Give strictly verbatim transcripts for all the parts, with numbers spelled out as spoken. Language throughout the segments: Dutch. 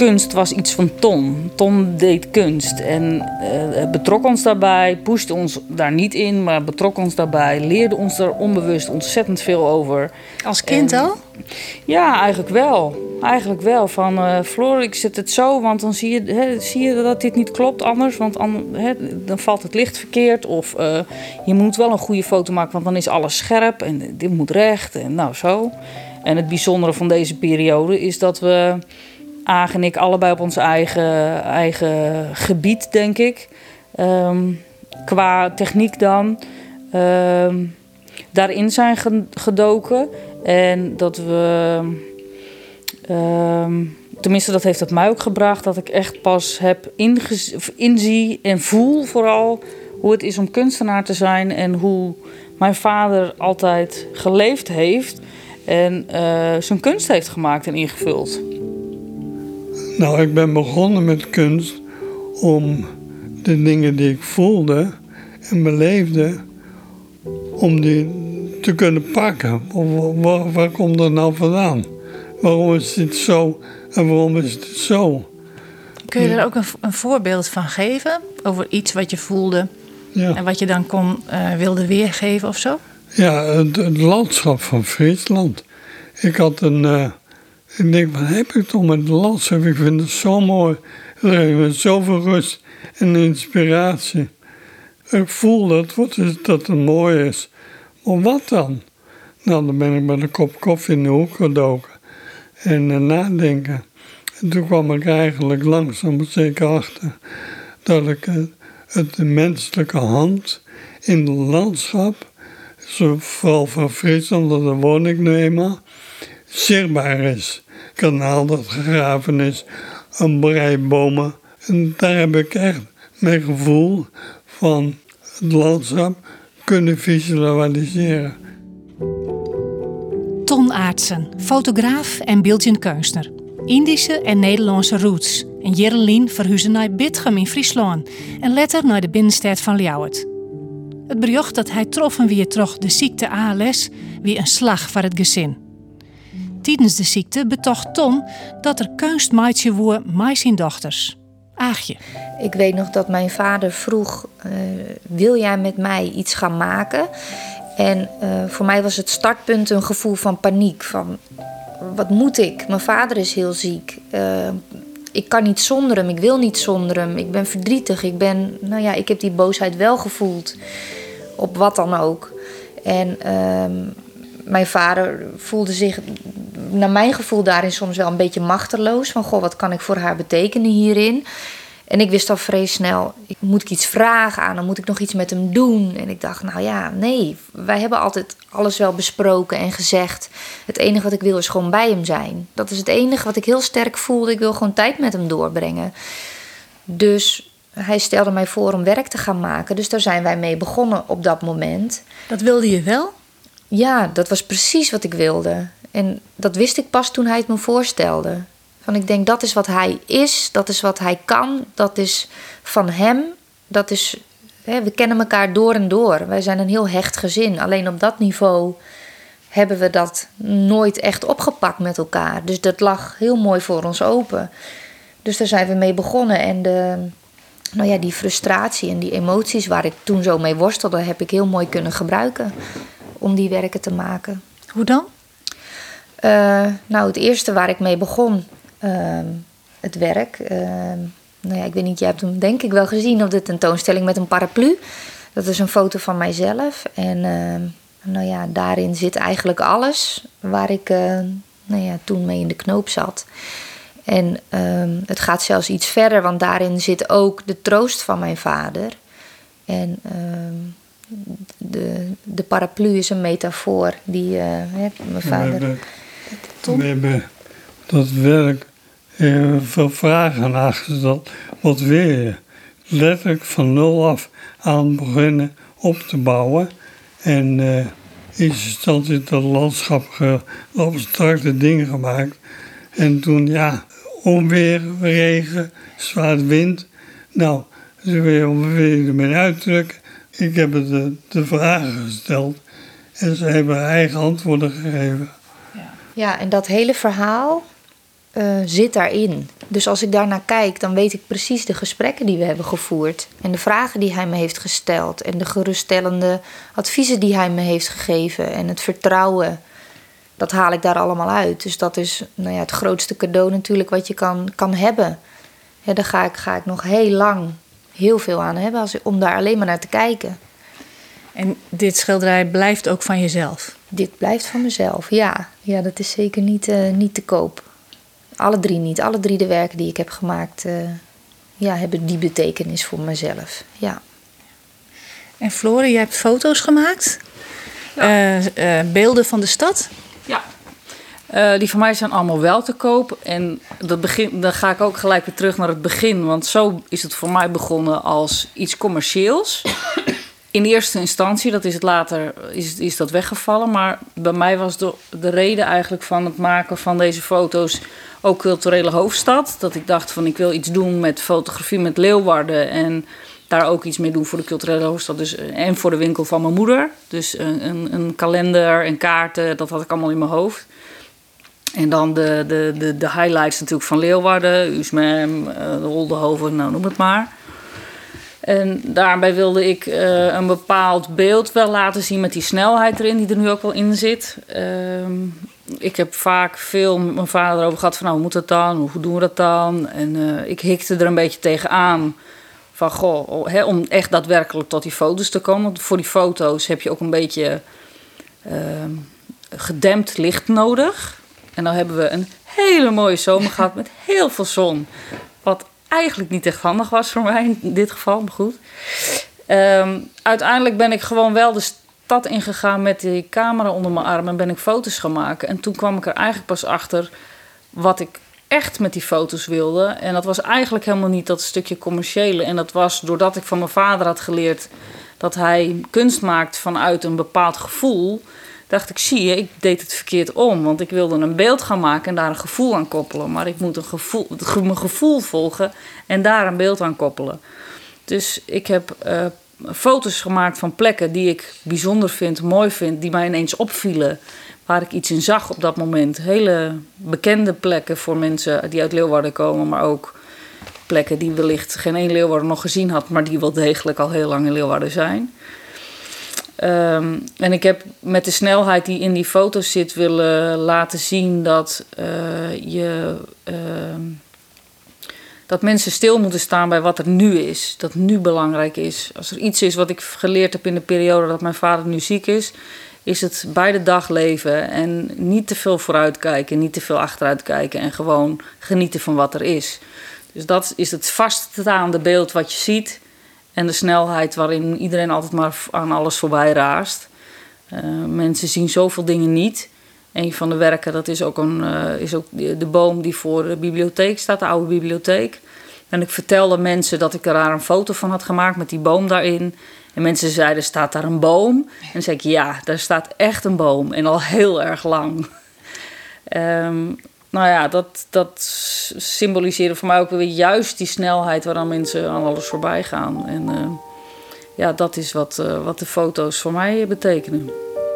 kunst was iets van Ton. Ton deed kunst en uh, betrok ons daarbij, pushte ons daar niet in, maar betrok ons daarbij, leerde ons er onbewust ontzettend veel over. Als kind en, al? Ja, eigenlijk wel. Eigenlijk wel. Van uh, Floor, ik zet het zo, want dan zie je, hè, zie je dat dit niet klopt anders, want an, hè, dan valt het licht verkeerd. Of uh, je moet wel een goede foto maken, want dan is alles scherp en dit moet recht en nou zo. En het bijzondere van deze periode is dat we, Aag en ik, allebei op ons eigen, eigen gebied, denk ik, um, qua techniek dan, um, daarin zijn gedoken. En dat we, um, tenminste dat heeft het mij ook gebracht, dat ik echt pas heb ingez- inzie en voel vooral hoe het is om kunstenaar te zijn en hoe mijn vader altijd geleefd heeft en uh, zijn kunst heeft gemaakt en ingevuld. Nou, ik ben begonnen met kunst om de dingen die ik voelde en beleefde, om die te kunnen pakken. Waar, waar komt dat nou vandaan? Waarom is dit zo en waarom is het zo? Kun je er ook een, een voorbeeld van geven over iets wat je voelde, ja, en wat je dan kon, uh, wilde weergeven of zo? Ja, het, het landschap van Friesland. Ik had een... Uh, ik denk, wat heb ik toch met het landschap? Ik vind het zo mooi. Het geeft me zoveel rust en inspiratie. Ik voel dat, wat is, dat het mooi is. Maar wat dan? Nou, dan ben ik met een kop koffie in de hoek gedoken. En uh, nadenken. En toen kwam ik eigenlijk langzaam maar zeker achter dat ik uh, het de menselijke hand in het landschap, zo, vooral van Friesland, dat daar woon ik nu eenmaal, zichtbaar is. Kanaal dat gegraven is, een brei bomen. En daar heb ik echt mijn gevoel van het landschap kunnen visualiseren. Ton Aartsen, fotograaf en beeldkunstenaar. Indische en Nederlandse roots. En Jerelien verhuisde naar Bitgem in Friesland en later naar de binnenstad van Ljouwert. Het bericht dat hij troffen weer terug de ziekte A L S weer een slag voor het gezin. Tijdens de ziekte betocht Ton dat er kunst maatje woer met zijn dochters. Aagje. Ik weet nog dat mijn vader vroeg, uh, wil jij met mij iets gaan maken? En uh, voor mij was het startpunt een gevoel van paniek. Van, wat moet ik? Mijn vader is heel ziek. Uh, ik kan niet zonder hem, ik wil niet zonder hem. Ik ben verdrietig. Ik ben, nou ja, ik heb die boosheid wel gevoeld. Op wat dan ook. En uh, mijn vader voelde zich, naar mijn gevoel, daarin soms wel een beetje machteloos. Van, goh, wat kan ik voor haar betekenen hierin? En ik wist al vrij snel, moet ik iets vragen aan hem? Moet ik nog iets met hem doen? En ik dacht, nou ja, nee. Wij hebben altijd alles wel besproken en gezegd. Het enige wat ik wil is gewoon bij hem zijn. Dat is het enige wat ik heel sterk voelde. Ik wil gewoon tijd met hem doorbrengen. Dus hij stelde mij voor om werk te gaan maken. Dus daar zijn wij mee begonnen op dat moment. Dat wilde je wel? Ja, dat was precies wat ik wilde. En dat wist ik pas toen hij het me voorstelde. Van, ik denk, dat is wat hij is, dat is wat hij kan, dat is van hem. Dat is, hè, we kennen elkaar door en door. Wij zijn een heel hecht gezin. Alleen op dat niveau hebben we dat nooit echt opgepakt met elkaar. Dus dat lag heel mooi voor ons open. Dus daar zijn we mee begonnen. En de, nou ja, die frustratie en die emoties waar ik toen zo mee worstelde, heb ik heel mooi kunnen gebruiken om die werken te maken. Hoe dan? Uh, nou, het eerste waar ik mee begon, uh, het werk. Uh, nou ja, ik weet niet, jij hebt hem denk ik wel gezien op de tentoonstelling met een paraplu. Dat is een foto van mijzelf. En uh, nou ja, daarin zit eigenlijk alles waar ik uh, nou ja, toen mee in de knoop zat. En uh, het gaat zelfs iets verder, want daarin zit ook de troost van mijn vader. En uh, de, de paraplu is een metafoor die uh, hè, mijn vader... We hebben, we hebben dat werk uh, veel vragen aangesteld. Wat wil je? Letterlijk van nul af aan beginnen op te bouwen. En uh, in eerste instantie het landschap ge, abstracte dingen gemaakt. En toen, ja, onweer, regen, zwaar wind. Nou, ze wil je ermee uitdrukken. Ik heb het de, de vragen gesteld en ze hebben eigen antwoorden gegeven. Ja, en dat hele verhaal, uh, zit daarin. Dus als ik daarnaar kijk, dan weet ik precies de gesprekken die we hebben gevoerd. En de vragen die hij me heeft gesteld. En de geruststellende adviezen die hij me heeft gegeven. En het vertrouwen, dat haal ik daar allemaal uit. Dus dat is nou ja, het grootste cadeau natuurlijk wat je kan, kan hebben. Ja, daar ga ik, ga ik nog heel lang heel veel aan hebben als, om daar alleen maar naar te kijken. En dit schilderij blijft ook van jezelf? Dit blijft van mezelf, ja. Ja, dat is zeker niet, uh, niet te koop. Alle drie niet. Alle drie de werken die ik heb gemaakt... Uh, ja, hebben die betekenis voor mezelf, ja. En Floor, je hebt foto's gemaakt? Ja. Uh, uh, beelden van de stad? Ja. Uh, die van mij zijn allemaal wel te koop. En dat begin, dan ga ik ook gelijk weer terug naar het begin. Want zo is het voor mij begonnen als iets commercieels. In eerste instantie, dat is het later, is, is dat weggevallen. Maar bij mij was de, de reden eigenlijk van het maken van deze foto's ook culturele hoofdstad. Dat ik dacht van ik wil iets doen met fotografie met Leeuwarden. En daar ook iets mee doen voor de culturele hoofdstad. Dus, en voor de winkel van mijn moeder. Dus een, een, een kalender en kaarten, dat had ik allemaal in mijn hoofd. En dan de, de, de, de highlights natuurlijk van Leeuwarden, U S M E M, de Oldenhoven, nou noem het maar. En daarbij wilde ik uh, een bepaald beeld wel laten zien met die snelheid erin, die er nu ook wel in zit. Uh, ik heb vaak veel met mijn vader over gehad van, nou, hoe moet dat dan? Hoe doen we dat dan? En uh, ik hikte er een beetje tegenaan van, goh, hè, om echt daadwerkelijk tot die foto's te komen. Want voor die foto's heb je ook een beetje uh, gedempt licht nodig. En dan hebben we een hele mooie zomer gehad met heel veel zon. Wat eigenlijk niet echt handig was voor mij in dit geval, maar goed. Um, uiteindelijk ben ik gewoon wel de stad ingegaan met die camera onder mijn arm en ben ik foto's gaan maken. En toen kwam ik er eigenlijk pas achter wat ik echt met die foto's wilde. En dat was eigenlijk helemaal niet dat stukje commerciële. En dat was doordat ik van mijn vader had geleerd dat hij kunst maakt vanuit een bepaald gevoel. Dacht ik, zie je, ik deed het verkeerd om. Want ik wilde een beeld gaan maken en daar een gevoel aan koppelen. Maar ik moet een gevoel, mijn gevoel volgen en daar een beeld aan koppelen. Dus ik heb uh, foto's gemaakt van plekken die ik bijzonder vind, mooi vind, die mij ineens opvielen. Waar ik iets in zag op dat moment. Hele bekende plekken voor mensen die uit Leeuwarden komen, maar ook plekken die wellicht geen één Leeuwarden nog gezien had, maar die wel degelijk al heel lang in Leeuwarden zijn. Um, en ik heb met de snelheid die in die foto's zit willen laten zien dat uh, je uh, dat mensen stil moeten staan bij wat er nu is. Dat nu belangrijk is. Als er iets is wat ik geleerd heb in de periode dat mijn vader nu ziek is, is het bij de dag leven en niet te veel vooruitkijken, niet te veel achteruitkijken en gewoon genieten van wat er is. Dus dat is het vaststaande beeld wat je ziet. En de snelheid waarin iedereen altijd maar aan alles voorbij raast. Uh, mensen zien zoveel dingen niet. Een van de werken, dat is ook, een, uh, is ook de, de boom die voor de bibliotheek staat, de oude bibliotheek. En ik vertelde mensen dat ik er daar een foto van had gemaakt met die boom daarin. En mensen zeiden, staat daar een boom? En dan zei ik, ja, daar staat echt een boom. En al heel erg lang. um, Nou ja, dat, dat symboliseerde voor mij ook weer juist die snelheid waaraan mensen aan alles voorbij gaan. En uh, ja, dat is wat, uh, wat de foto's voor mij betekenen.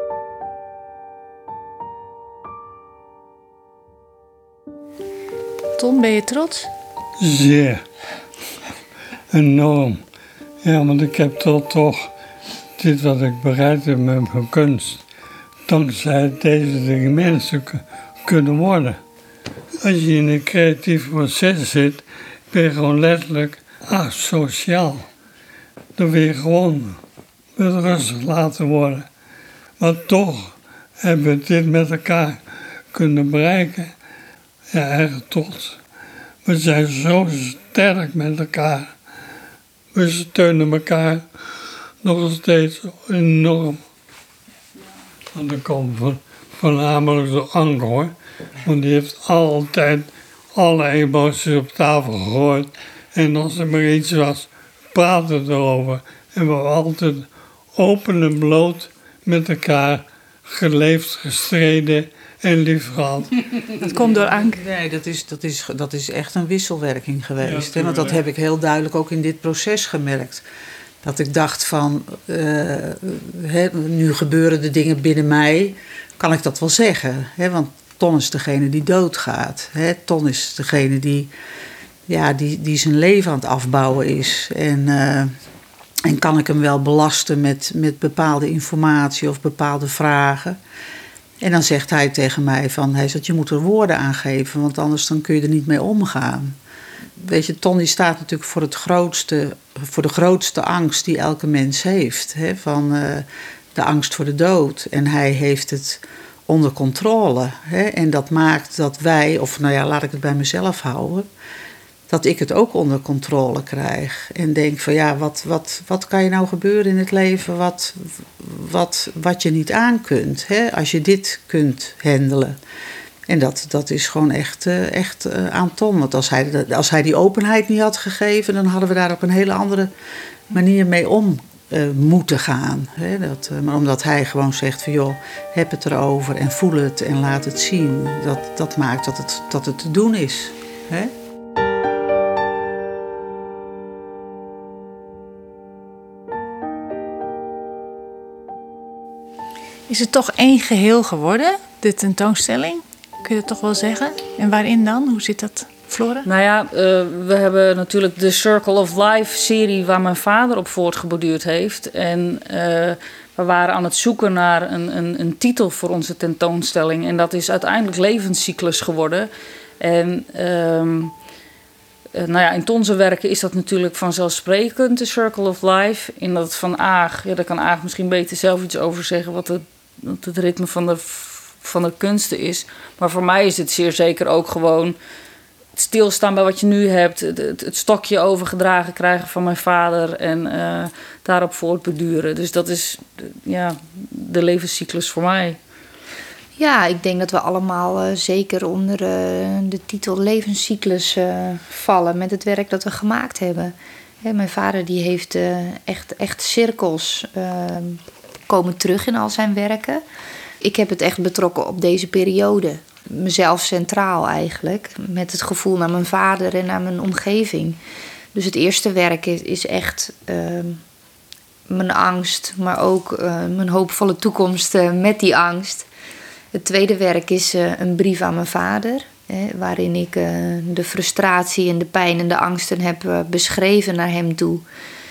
Tom, ben je trots? Zeer. Enorm. Ja, want ik heb toch, toch dit wat ik bereikt heb met mijn kunst, dankzij deze dingen mensen kunnen worden. Als je in een creatief proces zit, ben je gewoon letterlijk asociaal. Dan wil je gewoon met rustig laten worden. Maar toch hebben we dit met elkaar kunnen bereiken. Ja, erg trots. We zijn zo sterk met elkaar. We steunen elkaar nog steeds enorm. En dan komt van, voornamelijk de Anke, hoor. Want die heeft altijd alle emoties op tafel gegooid. En als er maar iets was, praten we erover. En we hebben altijd open en bloot met elkaar geleefd, gestreden en lief gehad. Dat komt door Anke. Nee, dat is, dat is, dat is echt een wisselwerking geweest. Ja, hè? Want dat heb ik heel duidelijk ook in dit proces gemerkt. Dat ik dacht van, uh, he, nu gebeuren de dingen binnen mij, kan ik dat wel zeggen. Hè? Want Ton is degene die doodgaat. Hè? Ton is degene die, ja, die, die zijn leven aan het afbouwen is. En, uh, en kan ik hem wel belasten met, met bepaalde informatie of bepaalde vragen. En dan zegt hij tegen mij van, hij zegt, je moet er woorden aan geven, want anders dan kun je er niet mee omgaan. Weet je, Ton die staat natuurlijk voor, het grootste, voor de grootste angst die elke mens heeft. Hè? Van uh, de angst voor de dood. En hij heeft het onder controle. Hè? En dat maakt dat wij, of nou ja, laat ik het bij mezelf houden, dat ik het ook onder controle krijg. En denk van ja, wat, wat, wat kan je nou gebeuren in het leven wat, wat, wat je niet aan kunt. Hè? Als je dit kunt handelen. En dat, dat is gewoon echt, uh, echt uh, aan Ton. Want als hij, als hij die openheid niet had gegeven, dan hadden we daar op een hele andere manier mee om uh, moeten gaan. Hè? Dat, uh, maar omdat hij gewoon zegt van joh, heb het erover en voel het en laat het zien. Dat, dat maakt dat het, dat het te doen is. Hè? Is het toch één geheel geworden, de tentoonstelling? Kun je dat toch wel zeggen? En waarin dan? Hoe zit dat, Flora? Nou ja, uh, we hebben natuurlijk de Circle of Life serie waar mijn vader op voortgeborduurd heeft. En uh, we waren aan het zoeken naar een, een, een titel voor onze tentoonstelling. En dat is uiteindelijk levenscyclus geworden. En uh, Uh, nou ja, in Tonse werken is dat natuurlijk vanzelfsprekend, de Circle of Life. In dat van Aag, ja, daar kan Aag misschien beter zelf iets over zeggen, wat het, wat het ritme van de, van de kunsten is. Maar voor mij is het zeer zeker ook gewoon het stilstaan bij wat je nu hebt. Het, het, het stokje overgedragen krijgen van mijn vader en uh, daarop voortborduren. Dus dat is ja, de levenscyclus voor mij. Ja, ik denk dat we allemaal uh, zeker onder uh, de titel levenscyclus uh, vallen met het werk dat we gemaakt hebben. Hè, mijn vader die heeft uh, echt, echt cirkels uh, komen terug in al zijn werken. Ik heb het echt betrokken op deze periode. Mezelf centraal eigenlijk. Met het gevoel naar mijn vader en naar mijn omgeving. Dus het eerste werk is, is echt uh, mijn angst, maar ook uh, mijn hoopvolle toekomst uh, met die angst. Het tweede werk is uh, een brief aan mijn vader. Hè, waarin ik uh, de frustratie en de pijn en de angsten heb uh, beschreven naar hem toe.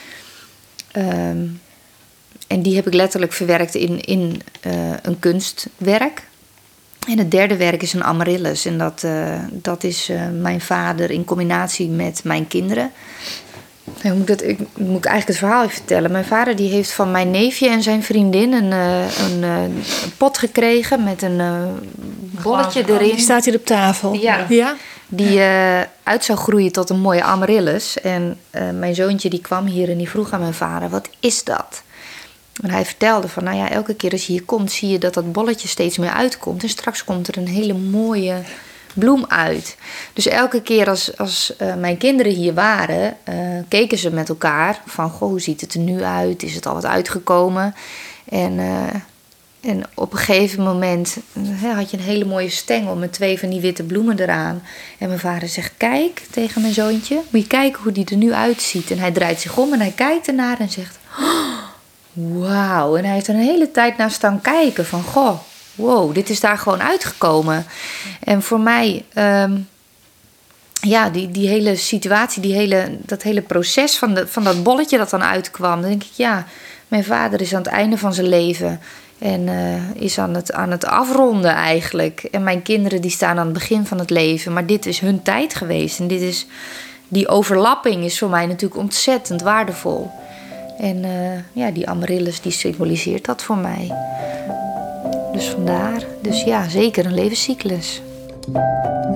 Um, en die heb ik letterlijk verwerkt in, in uh, een kunstwerk. En het derde werk is een amaryllis. En dat, uh, dat is uh, mijn vader in combinatie met mijn kinderen. Ja, moet, dat, ik, moet ik eigenlijk het verhaal even vertellen. Mijn vader die heeft van mijn neefje en zijn vriendin een, een, een pot gekregen met een uh, bolletje erin. Die staat hier op tafel. Ja, ja? Die uh, uit zou groeien tot een mooie amaryllis. En uh, mijn zoontje die kwam hier en die vroeg aan mijn vader, wat is dat? En hij vertelde van, nou ja, elke keer als je hier komt, zie je dat dat bolletje steeds meer uitkomt. En straks komt er een hele mooie bloem uit. Dus elke keer als, als uh, mijn kinderen hier waren, uh, keken ze met elkaar van, goh, hoe ziet het er nu uit? Is het al wat uitgekomen? En, uh, en op een gegeven moment uh, had je een hele mooie stengel met twee van die witte bloemen eraan. En mijn vader zegt, kijk, tegen mijn zoontje, moet je kijken hoe die er nu uitziet. En hij draait zich om en hij kijkt ernaar en zegt, oh, wauw. En hij heeft er een hele tijd naar staan kijken van, goh, wow, dit is daar gewoon uitgekomen. En voor mij, um, ja, die, die hele situatie, die hele, dat hele proces van, de, van dat bolletje dat dan uitkwam. Dan denk ik, ja, mijn vader is aan het einde van zijn leven. En uh, is aan het, aan het afronden eigenlijk. En mijn kinderen die staan aan het begin van het leven. Maar dit is hun tijd geweest. En dit is, die overlapping is voor mij natuurlijk ontzettend waardevol. En uh, ja, die amaryllis die symboliseert dat voor mij. Dus vandaar. Dus ja, zeker een levenscyclus.